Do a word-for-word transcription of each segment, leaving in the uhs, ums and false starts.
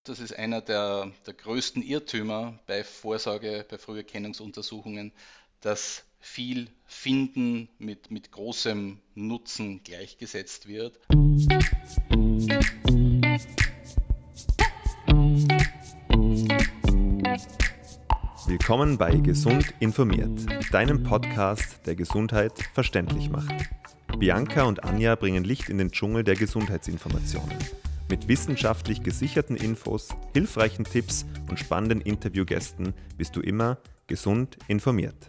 Das ist einer der, der größten Irrtümer bei Vorsorge, bei Früherkennungsuntersuchungen, dass viel Finden mit, mit großem Nutzen gleichgesetzt wird. Willkommen bei Gesund informiert, deinem Podcast, der Gesundheit verständlich macht. Bianca und Anja bringen Licht in den Dschungel der Gesundheitsinformationen. Mit wissenschaftlich gesicherten Infos, hilfreichen Tipps und spannenden Interviewgästen bist du immer gesund informiert.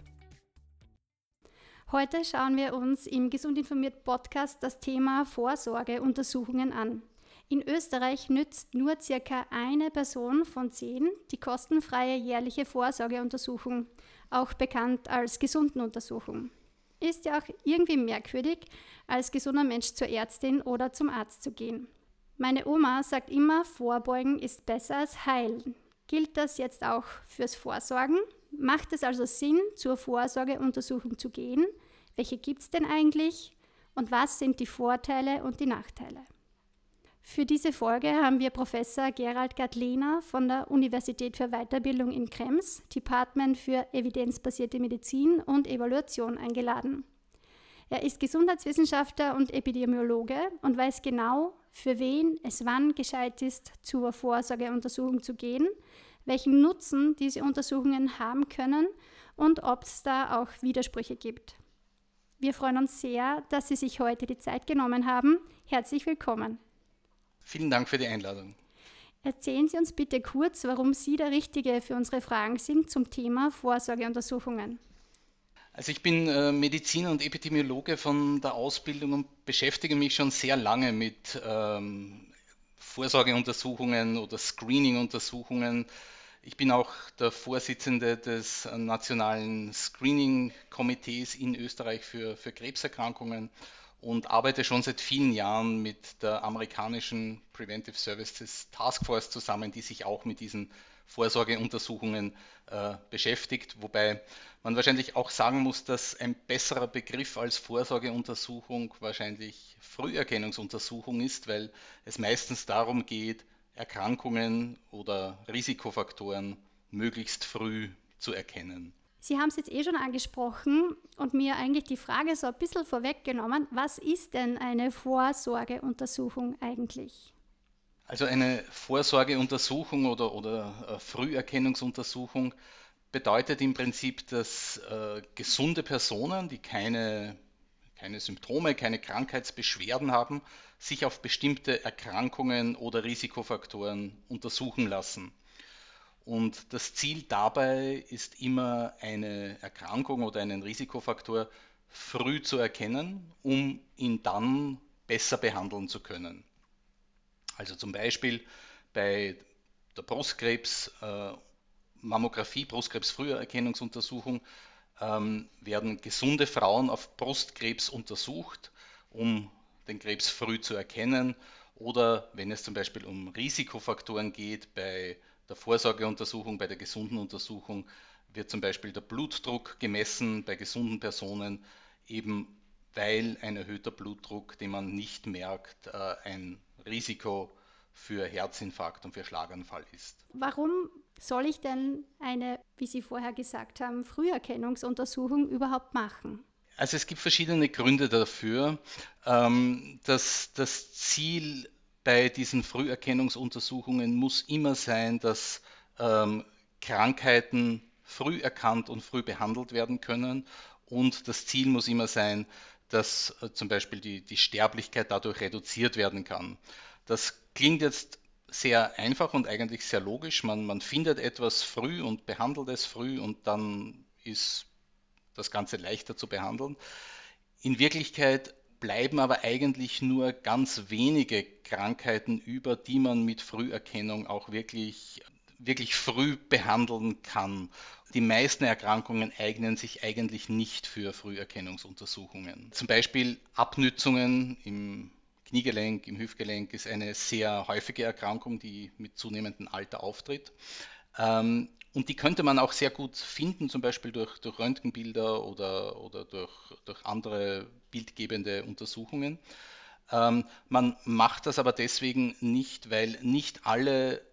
Heute schauen wir uns im Gesund informiert Podcast das Thema Vorsorgeuntersuchungen an. In Österreich nützt nur circa eine Person von zehn die kostenfreie jährliche Vorsorgeuntersuchung, auch bekannt als Gesundenuntersuchung. Ist ja auch irgendwie merkwürdig, als gesunder Mensch zur Ärztin oder zum Arzt zu gehen. Meine Oma sagt immer, Vorbeugen ist besser als heilen. Gilt das jetzt auch fürs Vorsorgen? Macht es also Sinn, zur Vorsorgeuntersuchung zu gehen? Welche gibt es denn eigentlich? Und was sind die Vorteile und die Nachteile? Für diese Folge haben wir Professor Gerald Gadliner von der Universität für Weiterbildung in Krems, Department für evidenzbasierte Medizin und Evaluation eingeladen. Er ist Gesundheitswissenschaftler und Epidemiologe und weiß genau, für wen es wann gescheit ist, zur Vorsorgeuntersuchung zu gehen, welchen Nutzen diese Untersuchungen haben können und ob es da auch Widersprüche gibt. Wir freuen uns sehr, dass Sie sich heute die Zeit genommen haben. Herzlich willkommen. Vielen Dank für die Einladung. Erzählen Sie uns bitte kurz, warum Sie der Richtige für unsere Fragen sind zum Thema Vorsorgeuntersuchungen. Also ich bin äh, Mediziner und Epidemiologe von der Ausbildung und beschäftige mich schon sehr lange mit ähm, Vorsorgeuntersuchungen oder Screening-Untersuchungen. Ich bin auch der Vorsitzende des nationalen Screening-Komitees in Österreich für, für Krebserkrankungen und arbeite schon seit vielen Jahren mit der amerikanischen Preventive Services Task Force zusammen, die sich auch mit diesen Vorsorgeuntersuchungen äh, beschäftigt, wobei man wahrscheinlich auch sagen muss, dass ein besserer Begriff als Vorsorgeuntersuchung wahrscheinlich Früherkennungsuntersuchung ist, weil es meistens darum geht, Erkrankungen oder Risikofaktoren möglichst früh zu erkennen. Sie haben es jetzt eh schon angesprochen und mir eigentlich die Frage so ein bisschen vorweggenommen, was ist denn eine Vorsorgeuntersuchung eigentlich? Also eine Vorsorgeuntersuchung oder, oder Früherkennungsuntersuchung bedeutet im Prinzip, dass äh, gesunde Personen, die keine, keine Symptome, keine Krankheitsbeschwerden haben, sich auf bestimmte Erkrankungen oder Risikofaktoren untersuchen lassen. Und das Ziel dabei ist immer, eine Erkrankung oder einen Risikofaktor früh zu erkennen, um ihn dann besser behandeln zu können. Also zum Beispiel bei der Brustkrebs, äh, Mammographie, Brustkrebs-Früherkennungsuntersuchung, ähm, werden gesunde Frauen auf Brustkrebs untersucht, um den Krebs früh zu erkennen. Oder wenn es zum Beispiel um Risikofaktoren geht, bei der Vorsorgeuntersuchung, bei der gesunden Untersuchung wird zum Beispiel der Blutdruck gemessen bei gesunden Personen, eben weil ein erhöhter Blutdruck, den man nicht merkt, ein Risiko für Herzinfarkt und für Schlaganfall ist. Warum soll ich denn eine, wie Sie vorher gesagt haben, Früherkennungsuntersuchung überhaupt machen? Also es gibt verschiedene Gründe dafür. Das, das Ziel bei diesen Früherkennungsuntersuchungen muss immer sein, dass Krankheiten früh erkannt und früh behandelt werden können. Und das Ziel muss immer sein, dass äh, zum Beispiel die, die Sterblichkeit dadurch reduziert werden kann. Das klingt jetzt sehr einfach und eigentlich sehr logisch. Man, man findet etwas früh und behandelt es früh und dann ist das Ganze leichter zu behandeln. In Wirklichkeit bleiben aber eigentlich nur ganz wenige Krankheiten über, die man mit Früherkennung auch wirklich wirklich früh behandeln kann. Die meisten Erkrankungen eignen sich eigentlich nicht für Früherkennungsuntersuchungen. Zum Beispiel Abnützungen im Kniegelenk, im Hüftgelenk ist eine sehr häufige Erkrankung, die mit zunehmendem Alter auftritt. Ähm, und die könnte man auch sehr gut finden, zum Beispiel durch, durch Röntgenbilder oder, oder durch, durch andere bildgebende Untersuchungen. Ähm, man macht das aber deswegen nicht, weil nicht alle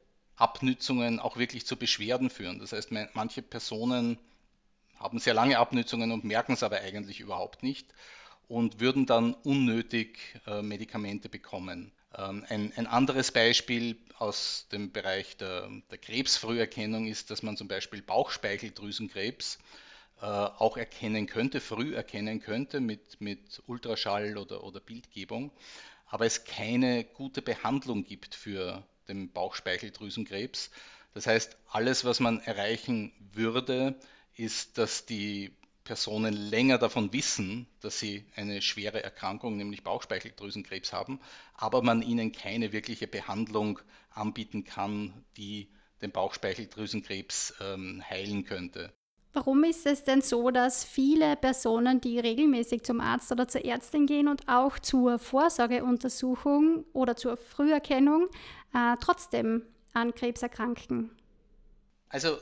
Abnützungen auch wirklich zu Beschwerden führen. Das heißt, manche Personen haben sehr lange Abnützungen und merken es aber eigentlich überhaupt nicht und würden dann unnötig äh, Medikamente bekommen. Ähm, ein, ein anderes Beispiel aus dem Bereich der, der Krebsfrüherkennung ist, dass man zum Beispiel Bauchspeicheldrüsenkrebs äh, auch erkennen könnte, früh erkennen könnte mit, mit Ultraschall oder, oder Bildgebung, aber es keine gute Behandlung gibt für den Bauchspeicheldrüsenkrebs. Das heißt, alles, was man erreichen würde, ist, dass die Personen länger davon wissen, dass sie eine schwere Erkrankung, nämlich Bauchspeicheldrüsenkrebs haben, aber man ihnen keine wirkliche Behandlung anbieten kann, die den Bauchspeicheldrüsenkrebs ähm, heilen könnte. Warum ist es denn so, dass viele Personen, die regelmäßig zum Arzt oder zur Ärztin gehen und auch zur Vorsorgeuntersuchung oder zur Früherkennung äh, trotzdem an Krebs erkranken? Also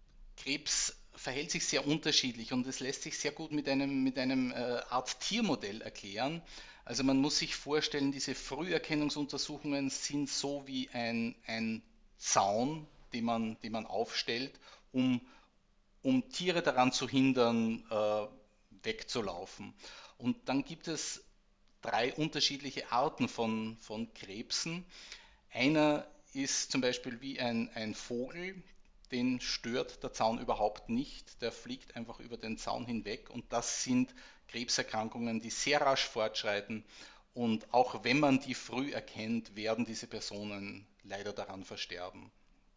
Krebs verhält sich sehr unterschiedlich und es lässt sich sehr gut mit einem, mit einem äh, Art Tiermodell erklären. Also man muss sich vorstellen, diese Früherkennungsuntersuchungen sind so wie ein, ein Zaun, den man, den man aufstellt, um um Tiere daran zu hindern, äh, wegzulaufen. Und dann gibt es drei unterschiedliche Arten von, von Krebsen. Einer ist zum Beispiel wie ein, ein Vogel, den stört der Zaun überhaupt nicht, der fliegt einfach über den Zaun hinweg und das sind Krebserkrankungen, die sehr rasch fortschreiten und auch wenn man die früh erkennt, werden diese Personen leider daran versterben.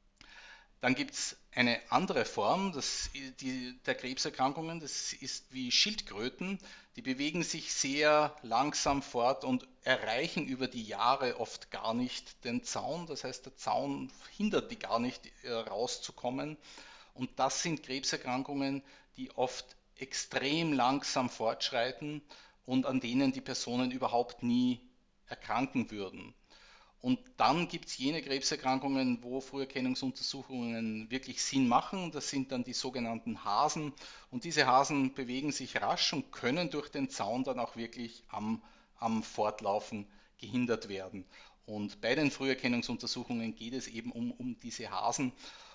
Dann gibt es eine andere Form das, die, der Krebserkrankungen, das ist wie Schildkröten, die bewegen sich sehr langsam fort und erreichen über die Jahre oft gar nicht den Zaun, das heißt der Zaun hindert die gar nicht äh, rauszukommen und das sind Krebserkrankungen, die oft extrem langsam fortschreiten und an denen die Personen überhaupt nie erkranken würden. Und dann gibt es jene Krebserkrankungen, wo Früherkennungsuntersuchungen wirklich Sinn machen. Das sind dann die sogenannten Hasen. Und diese Hasen bewegen sich rasch und können durch den Zaun dann auch wirklich am, am Fortlaufen gehindert werden. Und bei den Früherkennungsuntersuchungen geht es eben um, um diese Hasen.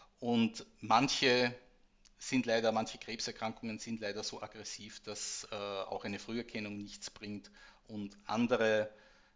Und manche sind leider, manche Krebserkrankungen sind leider so aggressiv, dass äh, auch eine Früherkennung nichts bringt. Und andere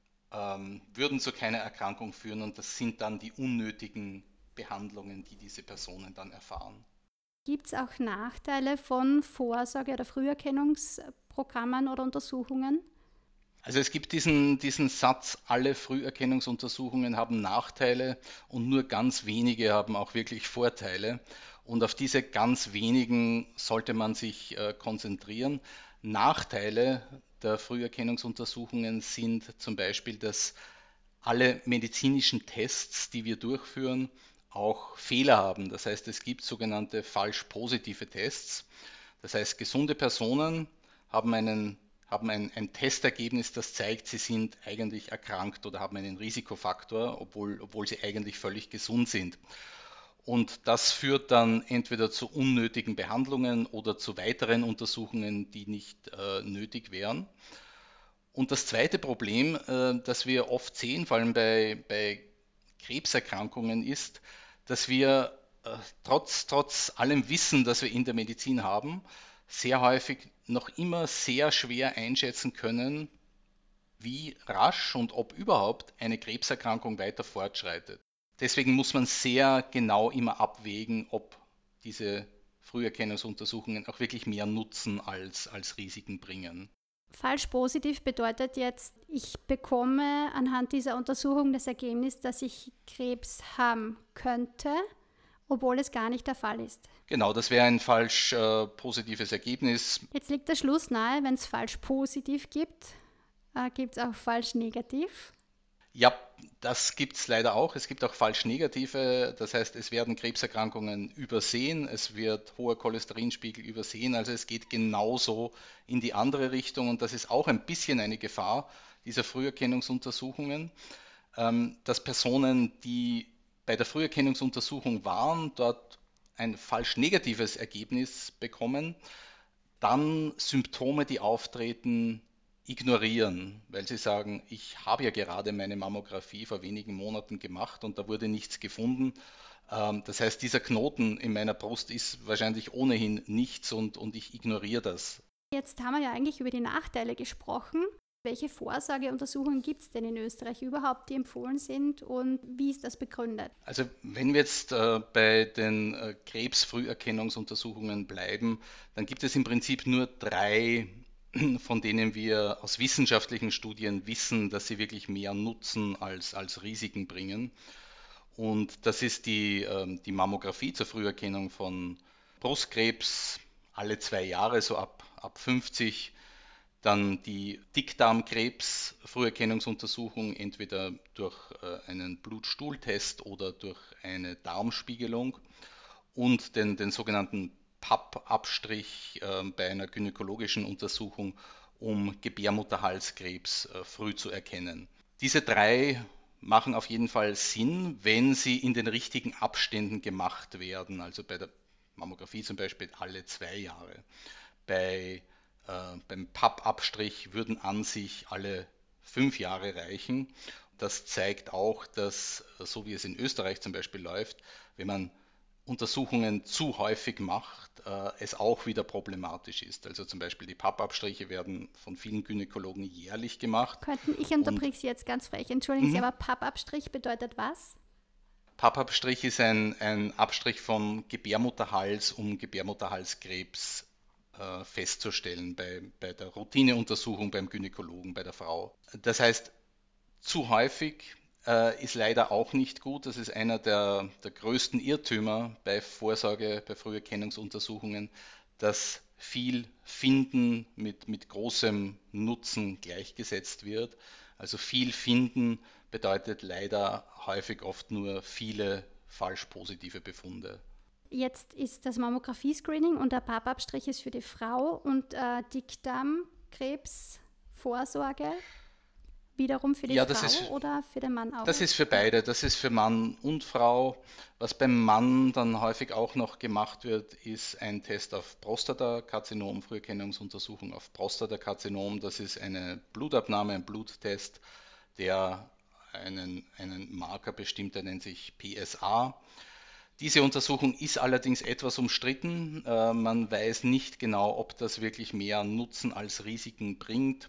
ähm, würden zu keiner Erkrankung führen und das sind dann die unnötigen Behandlungen, die diese Personen dann erfahren. Gibt es auch Nachteile von Vorsorge- oder Früherkennungsprogrammen oder Untersuchungen? Also es gibt diesen, diesen Satz, alle Früherkennungsuntersuchungen haben Nachteile und nur ganz wenige haben auch wirklich Vorteile. Und auf diese ganz wenigen sollte man sich äh, konzentrieren. Nachteile der Früherkennungsuntersuchungen sind zum Beispiel, dass alle medizinischen Tests, die wir durchführen, auch Fehler haben. Das heißt, es gibt sogenannte falsch positive Tests. Das heißt, gesunde Personen haben, einen, haben ein, ein Testergebnis, das zeigt, sie sind eigentlich erkrankt oder haben einen Risikofaktor, obwohl, obwohl sie eigentlich völlig gesund sind. Und das führt dann entweder zu unnötigen Behandlungen oder zu weiteren Untersuchungen, die nicht äh, nötig wären. Und das zweite Problem, äh, das wir oft sehen, vor allem bei, bei Krebserkrankungen, ist, dass wir äh, trotz, trotz allem Wissen, das wir in der Medizin haben, sehr häufig noch immer sehr schwer einschätzen können, wie rasch und ob überhaupt eine Krebserkrankung weiter fortschreitet. Deswegen muss man sehr genau immer abwägen, ob diese Früherkennungsuntersuchungen auch wirklich mehr Nutzen als, als Risiken bringen. Falsch positiv bedeutet jetzt, ich bekomme anhand dieser Untersuchung das Ergebnis, dass ich Krebs haben könnte, obwohl es gar nicht der Fall ist. Genau, das wäre ein falsch äh, positives Ergebnis. Jetzt liegt der Schluss nahe, wenn es falsch positiv gibt, äh, gibt es auch falsch negativ. Ja, das gibt es leider auch. Es gibt auch falsch negative. Das heißt, es werden Krebserkrankungen übersehen, es wird hoher Cholesterinspiegel übersehen. Also es geht genauso in die andere Richtung und das ist auch ein bisschen eine Gefahr dieser Früherkennungsuntersuchungen, ähm, dass Personen, die bei der Früherkennungsuntersuchung waren, dort ein falsch negatives Ergebnis bekommen, dann Symptome, die auftreten, ignorieren, weil sie sagen, ich habe ja gerade meine Mammographie vor wenigen Monaten gemacht und da wurde nichts gefunden. Das heißt, dieser Knoten in meiner Brust ist wahrscheinlich ohnehin nichts und, und ich ignoriere das. Jetzt haben wir ja eigentlich über die Nachteile gesprochen. Welche Vorsorgeuntersuchungen gibt es denn in Österreich überhaupt, die empfohlen sind und wie ist das begründet? Also wenn wir jetzt äh, bei den äh, Krebsfrüherkennungsuntersuchungen bleiben, dann gibt es im Prinzip nur drei, von denen wir aus wissenschaftlichen Studien wissen, dass sie wirklich mehr Nutzen als, als Risiken bringen. Und das ist die, äh, die Mammographie zur Früherkennung von Brustkrebs alle zwei Jahre, so ab, ab fünfzig. Dann die Dickdarmkrebs-Früherkennungsuntersuchung, entweder durch äh, einen Blutstuhltest oder durch eine Darmspiegelung und den, den sogenannten Pappabstrich äh, bei einer gynäkologischen Untersuchung, um Gebärmutterhalskrebs äh, früh zu erkennen. Diese drei machen auf jeden Fall Sinn, wenn sie in den richtigen Abständen gemacht werden, also bei der Mammographie zum Beispiel alle zwei Jahre. Bei Äh, beim Pappabstrich würden an sich alle fünf Jahre reichen. Das zeigt auch, dass, so wie es in Österreich zum Beispiel läuft, wenn man Untersuchungen zu häufig macht, äh, es auch wieder problematisch ist. Also zum Beispiel die Pappabstriche werden von vielen Gynäkologen jährlich gemacht. Könnten, ich unterbrich Sie jetzt ganz frech, entschuldigen Sie, Mhm. aber Pappabstrich bedeutet was? Pappabstrich ist ein, ein Abstrich vom Gebärmutterhals, um Gebärmutterhalskrebs äh, festzustellen bei, bei der Routineuntersuchung beim Gynäkologen, bei der Frau. Das heißt, zu häufig äh, ist leider auch nicht gut. Das ist einer der, der größten Irrtümer bei Vorsorge, bei Früherkennungsuntersuchungen, dass viel Finden mit, mit großem Nutzen gleichgesetzt wird. Also viel Finden bedeutet leider häufig oft nur viele falsch positive Befunde. Jetzt ist das Mammographie-Screening und der Pappabstrich ist für die Frau und äh, Dickdarmkrebsvorsorge wiederum für die Ja, Frau das ist, oder für den Mann auch? das ist für beide. Das ist für Mann und Frau. Was beim Mann dann häufig auch noch gemacht wird, ist ein Test auf Prostatakarzinom, Früherkennungsuntersuchung auf Prostatakarzinom. Das ist eine Blutabnahme, ein Bluttest, der einen, einen Marker bestimmt, der nennt sich P S A. Diese Untersuchung ist allerdings etwas umstritten. Äh, man weiß nicht genau, ob das wirklich mehr Nutzen als Risiken bringt.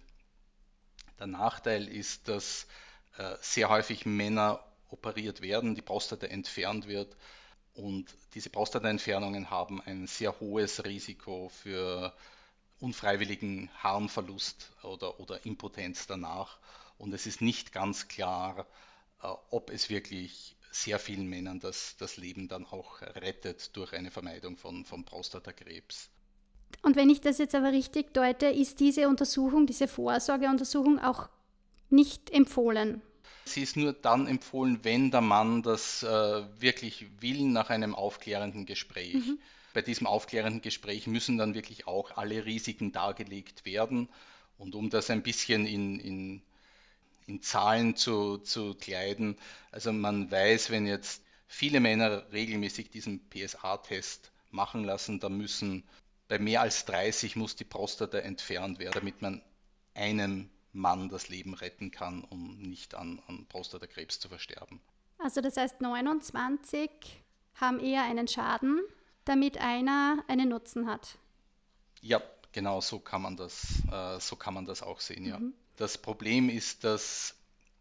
Der Nachteil ist, dass äh, sehr häufig Männer operiert werden, die Prostata entfernt wird und diese Prostataentfernungen haben ein sehr hohes Risiko für unfreiwilligen Harnverlust oder, oder Impotenz danach. Und es ist nicht ganz klar, äh, ob es wirklich sehr vielen Männern das, das Leben dann auch rettet durch eine Vermeidung von, von Prostatakrebs. Und wenn ich das jetzt aber richtig deute, ist diese Untersuchung, diese Vorsorgeuntersuchung auch nicht empfohlen. Sie ist nur dann empfohlen, wenn der Mann das äh, wirklich will nach einem aufklärenden Gespräch. Mhm. Bei diesem aufklärenden Gespräch müssen dann wirklich auch alle Risiken dargelegt werden. Und um das ein bisschen in, in, in Zahlen zu, zu kleiden, also man weiß, wenn jetzt viele Männer regelmäßig diesen P S A-Test machen lassen, dann müssen bei mehr als dreißig muss die Prostata entfernt werden, damit man einem Mann das Leben retten kann, um nicht an, an Prostatakrebs zu versterben. Also das heißt, neunundzwanzig haben eher einen Schaden, damit einer einen Nutzen hat. Ja, genau, so kann man das, äh, so kann man das auch sehen. Ja. Mhm. Das Problem ist, dass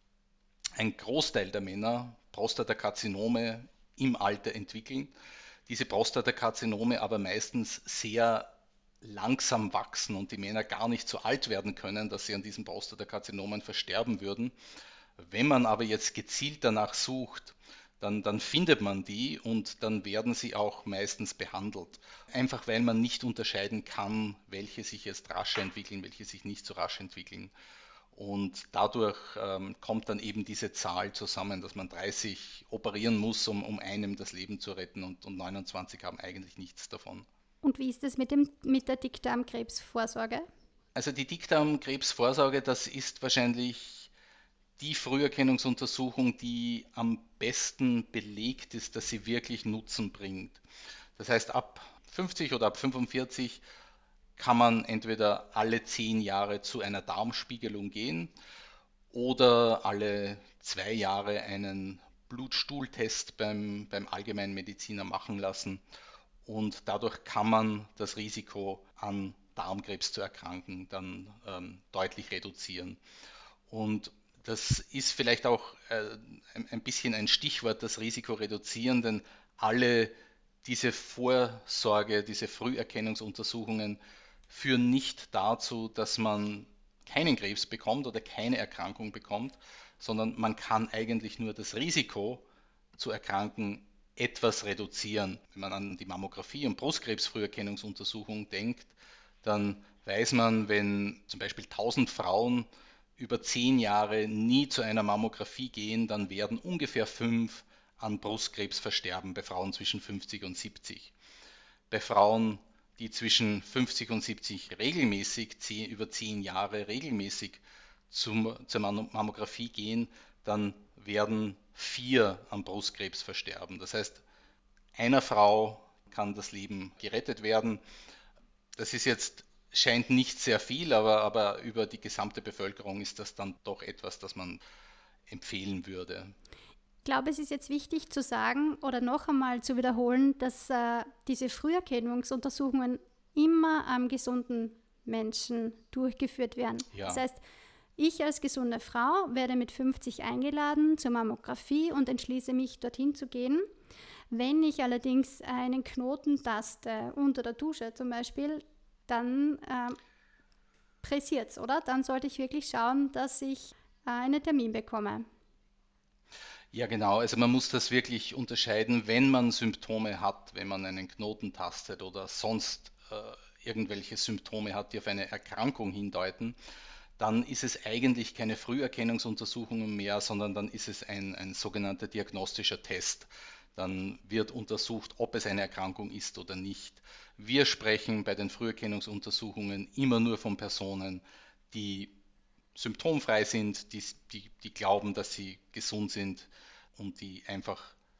ein Großteil der Männer Prostatakarzinome im Alter entwickeln. Diese Prostatakarzinome aber meistens sehr langsam wachsen und die Männer gar nicht so alt werden können, dass sie an diesen Prostatakarzinomen versterben würden. Wenn man aber jetzt gezielt danach sucht, dann, dann findet man die und dann werden sie auch meistens behandelt. Einfach weil man nicht unterscheiden kann, welche sich jetzt rasch entwickeln, welche sich nicht so rasch entwickeln. Und dadurch ähm, kommt dann eben diese Zahl zusammen, dass man dreißig operieren muss, um, um einem das Leben zu retten und, und neunundzwanzig haben eigentlich nichts davon. Und wie ist es mit, dem, mit der Dickdarmkrebsvorsorge? Also die Dickdarmkrebsvorsorge, das ist wahrscheinlich die Früherkennungsuntersuchung, die am besten belegt ist, dass sie wirklich Nutzen bringt. Das heißt, ab fünfzig oder ab fünfundvierzig kann man entweder alle zehn Jahre zu einer Darmspiegelung gehen oder alle zwei Jahre einen Blutstuhltest beim, beim Allgemeinmediziner machen lassen und dadurch kann man das Risiko an Darmkrebs zu erkranken dann ähm, deutlich reduzieren. Und das ist vielleicht auch äh, ein, ein bisschen ein Stichwort, das Risiko reduzieren, denn alle diese Vorsorge, diese Früherkennungsuntersuchungen führen nicht dazu, dass man keinen Krebs bekommt oder keine Erkrankung bekommt, sondern man kann eigentlich nur das Risiko zu erkranken etwas reduzieren. Wenn man an die Mammographie und Brustkrebsfrüherkennungsuntersuchung denkt, dann weiß man, wenn zum Beispiel tausend Frauen über zehn Jahre nie zu einer Mammographie gehen, dann werden ungefähr fünf an Brustkrebs versterben bei Frauen zwischen fünfzig und siebzig. Bei Frauen, die zwischen fünfzig und siebzig regelmäßig, zehn, über zehn Jahre regelmäßig zum, zur Mammographie gehen, dann werden vier an Brustkrebs versterben. Das heißt, einer Frau kann das Leben gerettet werden. Das ist jetzt, scheint nicht sehr viel, aber, aber über die gesamte Bevölkerung ist das dann doch etwas, das man empfehlen würde. Ich glaube, es ist jetzt wichtig zu sagen oder noch einmal zu wiederholen, dass äh, diese Früherkennungsuntersuchungen immer am gesunden Menschen durchgeführt werden. Ja. Das heißt, ich als gesunde Frau werde mit fünfzig eingeladen zur Mammographie und entschließe mich, dorthin zu gehen. Wenn ich allerdings einen Knoten taste, unter der Dusche zum Beispiel, dann äh, pressiert es, oder? Dann sollte ich wirklich schauen, dass ich äh, einen Termin bekomme. Ja, genau. Also man muss das wirklich unterscheiden, wenn man Symptome hat, wenn man einen Knoten tastet oder sonst äh, irgendwelche Symptome hat, die auf eine Erkrankung hindeuten, dann ist es eigentlich keine Früherkennungsuntersuchung mehr, sondern dann ist es ein, ein sogenannter diagnostischer Test. Dann wird untersucht, ob es eine Erkrankung ist oder nicht. Wir sprechen bei den Früherkennungsuntersuchungen immer nur von Personen, die symptomfrei sind, die, die, die glauben, dass sie gesund sind und die einfach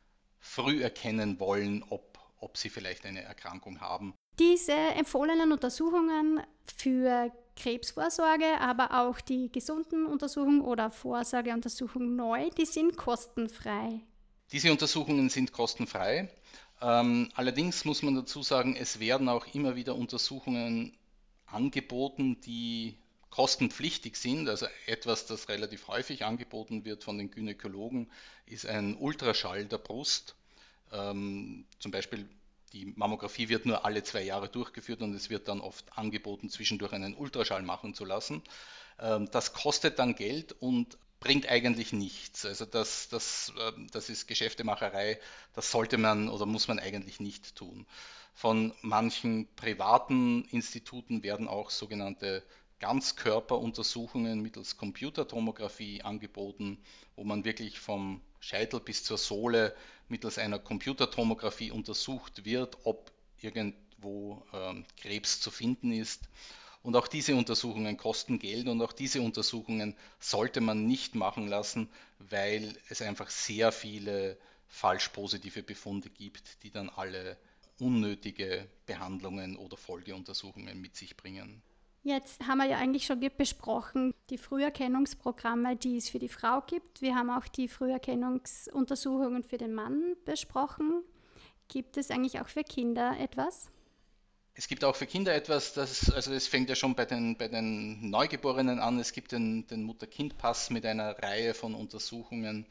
früh erkennen wollen, ob, ob sie vielleicht eine Erkrankung haben. Diese empfohlenen Untersuchungen für Krebsvorsorge, aber auch die gesunden Untersuchungen oder Vorsorgeuntersuchungen neu, die sind kostenfrei. Diese Untersuchungen sind kostenfrei. Ähm, allerdings muss man dazu sagen, es werden auch immer wieder Untersuchungen angeboten, die kostenpflichtig sind. Also etwas, das relativ häufig angeboten wird von den Gynäkologen, ist ein Ultraschall der Brust. Ähm, zum Beispiel die Mammographie wird nur alle zwei Jahre durchgeführt und es wird dann oft angeboten, zwischendurch einen Ultraschall machen zu lassen. Ähm, das kostet dann Geld und bringt eigentlich nichts. Also das, das, das ist Geschäftemacherei, das sollte man oder muss man eigentlich nicht tun. Von manchen privaten Instituten werden auch sogenannte Ganzkörperuntersuchungen mittels Computertomographie angeboten, wo man wirklich vom Scheitel bis zur Sohle mittels einer Computertomographie untersucht wird, ob irgendwo ähm, Krebs zu finden ist. Und auch diese Untersuchungen kosten Geld und auch diese Untersuchungen sollte man nicht machen lassen, weil es einfach sehr viele falsch positive Befunde gibt, die dann alle unnötige Behandlungen oder Folgeuntersuchungen mit sich bringen. Jetzt haben wir ja eigentlich schon besprochen, die Früherkennungsprogramme, die es für die Frau gibt. Wir haben auch die Früherkennungsuntersuchungen für den Mann besprochen. Gibt es eigentlich auch für Kinder etwas? Es gibt auch für Kinder etwas, das, also es fängt ja schon bei den, bei den Neugeborenen an. Es gibt den, den Mutter-Kind-Pass mit einer Reihe von Untersuchungen.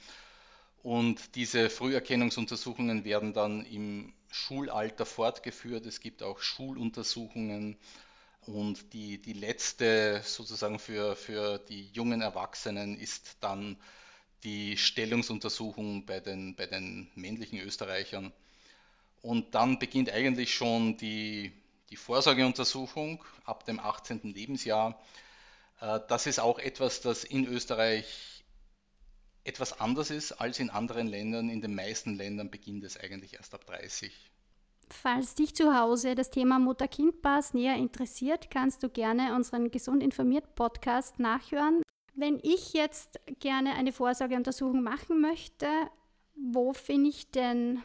Und diese Früherkennungsuntersuchungen werden dann im Schulalter fortgeführt. Es gibt auch Schuluntersuchungen. Und die, die letzte sozusagen für, für die jungen Erwachsenen ist dann die Stellungsuntersuchung bei den, bei den männlichen Österreichern. Und dann beginnt eigentlich schon die, die Vorsorgeuntersuchung ab dem achtzehnten Lebensjahr. Das ist auch etwas, das in Österreich etwas anders ist als in anderen Ländern. In den meisten Ländern beginnt es eigentlich erst ab dreißig. Falls dich zu Hause das Thema Mutter-Kind-Pass näher interessiert, kannst du gerne unseren Gesund informiert Podcast nachhören. Wenn ich jetzt gerne eine Vorsorgeuntersuchung machen möchte, wo finde ich denn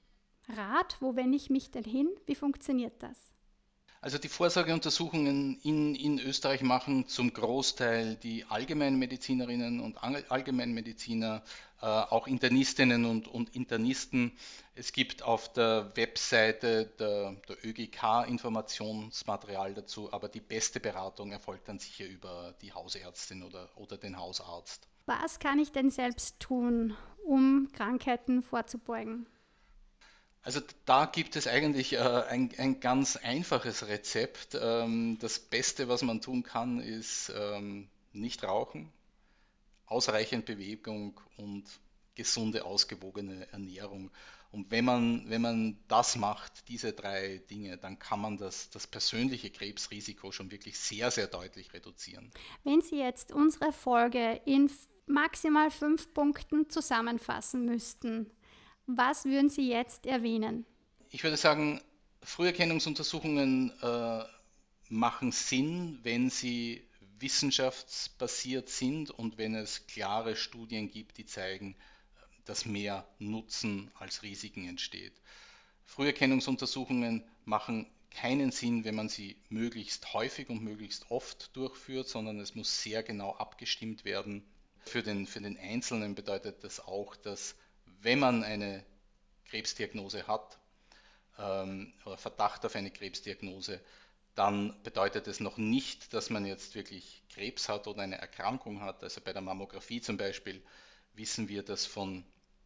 Rat? Wo wende ich mich denn hin? Wie funktioniert das? Also die Vorsorgeuntersuchungen in, in Österreich machen zum Großteil die Allgemeinmedizinerinnen und Allgemeinmediziner. äh, auch Internistinnen und, und Internisten. Es gibt auf der Webseite der, der Ö G K Informationsmaterial dazu, aber die beste Beratung erfolgt dann sicher über die Hausärztin oder, oder den Hausarzt. Was kann ich denn selbst tun, um Krankheiten vorzubeugen? Also da gibt es eigentlich äh, ein, ein ganz einfaches Rezept. Ähm, das Beste, was man tun kann, ist ähm, nicht rauchen, ausreichend Bewegung und gesunde, ausgewogene Ernährung. Und wenn man, wenn man das macht, diese drei Dinge, dann kann man das, das persönliche Krebsrisiko schon wirklich sehr, sehr deutlich reduzieren. Wenn Sie jetzt unsere Folge in maximal fünf Punkten zusammenfassen müssten, was würden Sie jetzt erwähnen? Ich würde sagen, Früherkennungsuntersuchungen äh, machen Sinn, wenn sie wissenschaftsbasiert sind und wenn es klare Studien gibt, die zeigen, dass mehr Nutzen als Risiken entsteht. Früherkennungsuntersuchungen machen keinen Sinn, wenn man sie möglichst häufig und möglichst oft durchführt, sondern es muss sehr genau abgestimmt werden. Für den, für den Einzelnen bedeutet das auch, dass wenn man eine Krebsdiagnose hat ähm, oder Verdacht auf eine Krebsdiagnose, dann bedeutet es noch nicht, dass man jetzt wirklich Krebs hat oder eine Erkrankung hat. Also bei der Mammographie zum Beispiel wissen wir, dass von,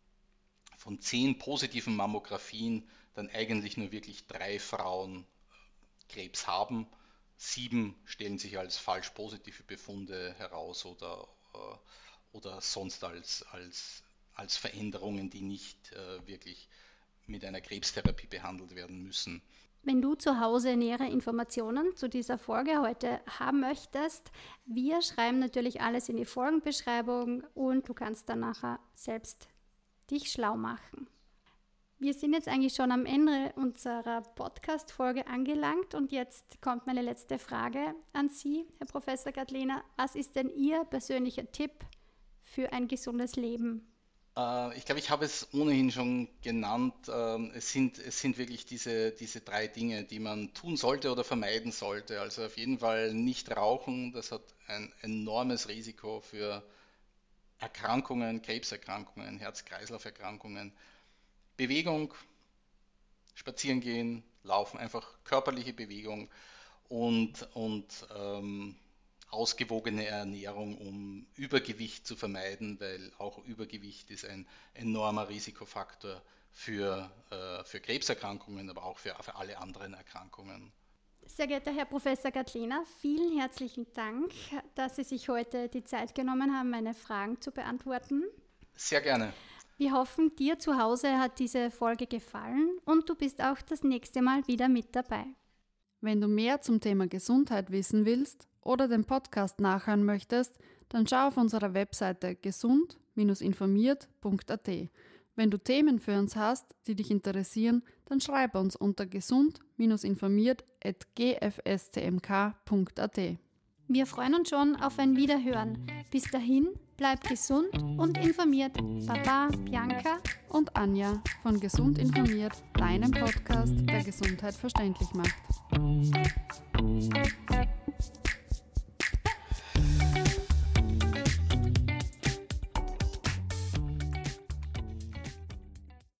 von zehn positiven Mammographien dann eigentlich nur wirklich drei Frauen Krebs haben. Sieben stellen sich als falsch positive Befunde heraus oder, oder sonst als, als, als Veränderungen, die nicht äh, wirklich mit einer Krebstherapie behandelt werden müssen. Wenn du zu Hause nähere Informationen zu dieser Folge heute haben möchtest, wir schreiben natürlich alles in die Folgenbeschreibung und du kannst dann nachher selbst dich schlau machen. Wir sind jetzt eigentlich schon am Ende unserer Podcast-Folge angelangt und jetzt kommt meine letzte Frage an Sie, Herr Professor Gadliner. Was ist denn Ihr persönlicher Tipp für ein gesundes Leben? Ich glaube, ich habe es ohnehin schon genannt. Es sind, es sind wirklich diese, diese drei Dinge, die man tun sollte oder vermeiden sollte. Also auf jeden Fall nicht rauchen, das hat ein enormes Risiko für Erkrankungen, Krebserkrankungen, Herz-Kreislauf-Erkrankungen. Bewegung, spazieren gehen, laufen, einfach körperliche Bewegung und, und ähm, ausgewogene Ernährung, um Übergewicht zu vermeiden, weil auch Übergewicht ist ein enormer Risikofaktor für, äh, für Krebserkrankungen, aber auch für, für alle anderen Erkrankungen. Sehr geehrter Herr Professor Gadliner, vielen herzlichen Dank, dass Sie sich heute die Zeit genommen haben, meine Fragen zu beantworten. Sehr gerne. Wir hoffen, dir zu Hause hat diese Folge gefallen und du bist auch das nächste Mal wieder mit dabei. Wenn du mehr zum Thema Gesundheit wissen willst oder den Podcast nachhören möchtest, dann schau auf unserer Webseite gesund Bindestrich informiert Punkt a t. Wenn du Themen für uns hast, die dich interessieren, dann schreib uns unter gesund Bindestrich informiert at g f s c m k Punkt a t. Wir freuen uns schon auf ein Wiederhören. Bis dahin, bleib gesund und informiert. Baba, Bianca und Anja von Gesund informiert, deinem Podcast, der Gesundheit verständlich macht.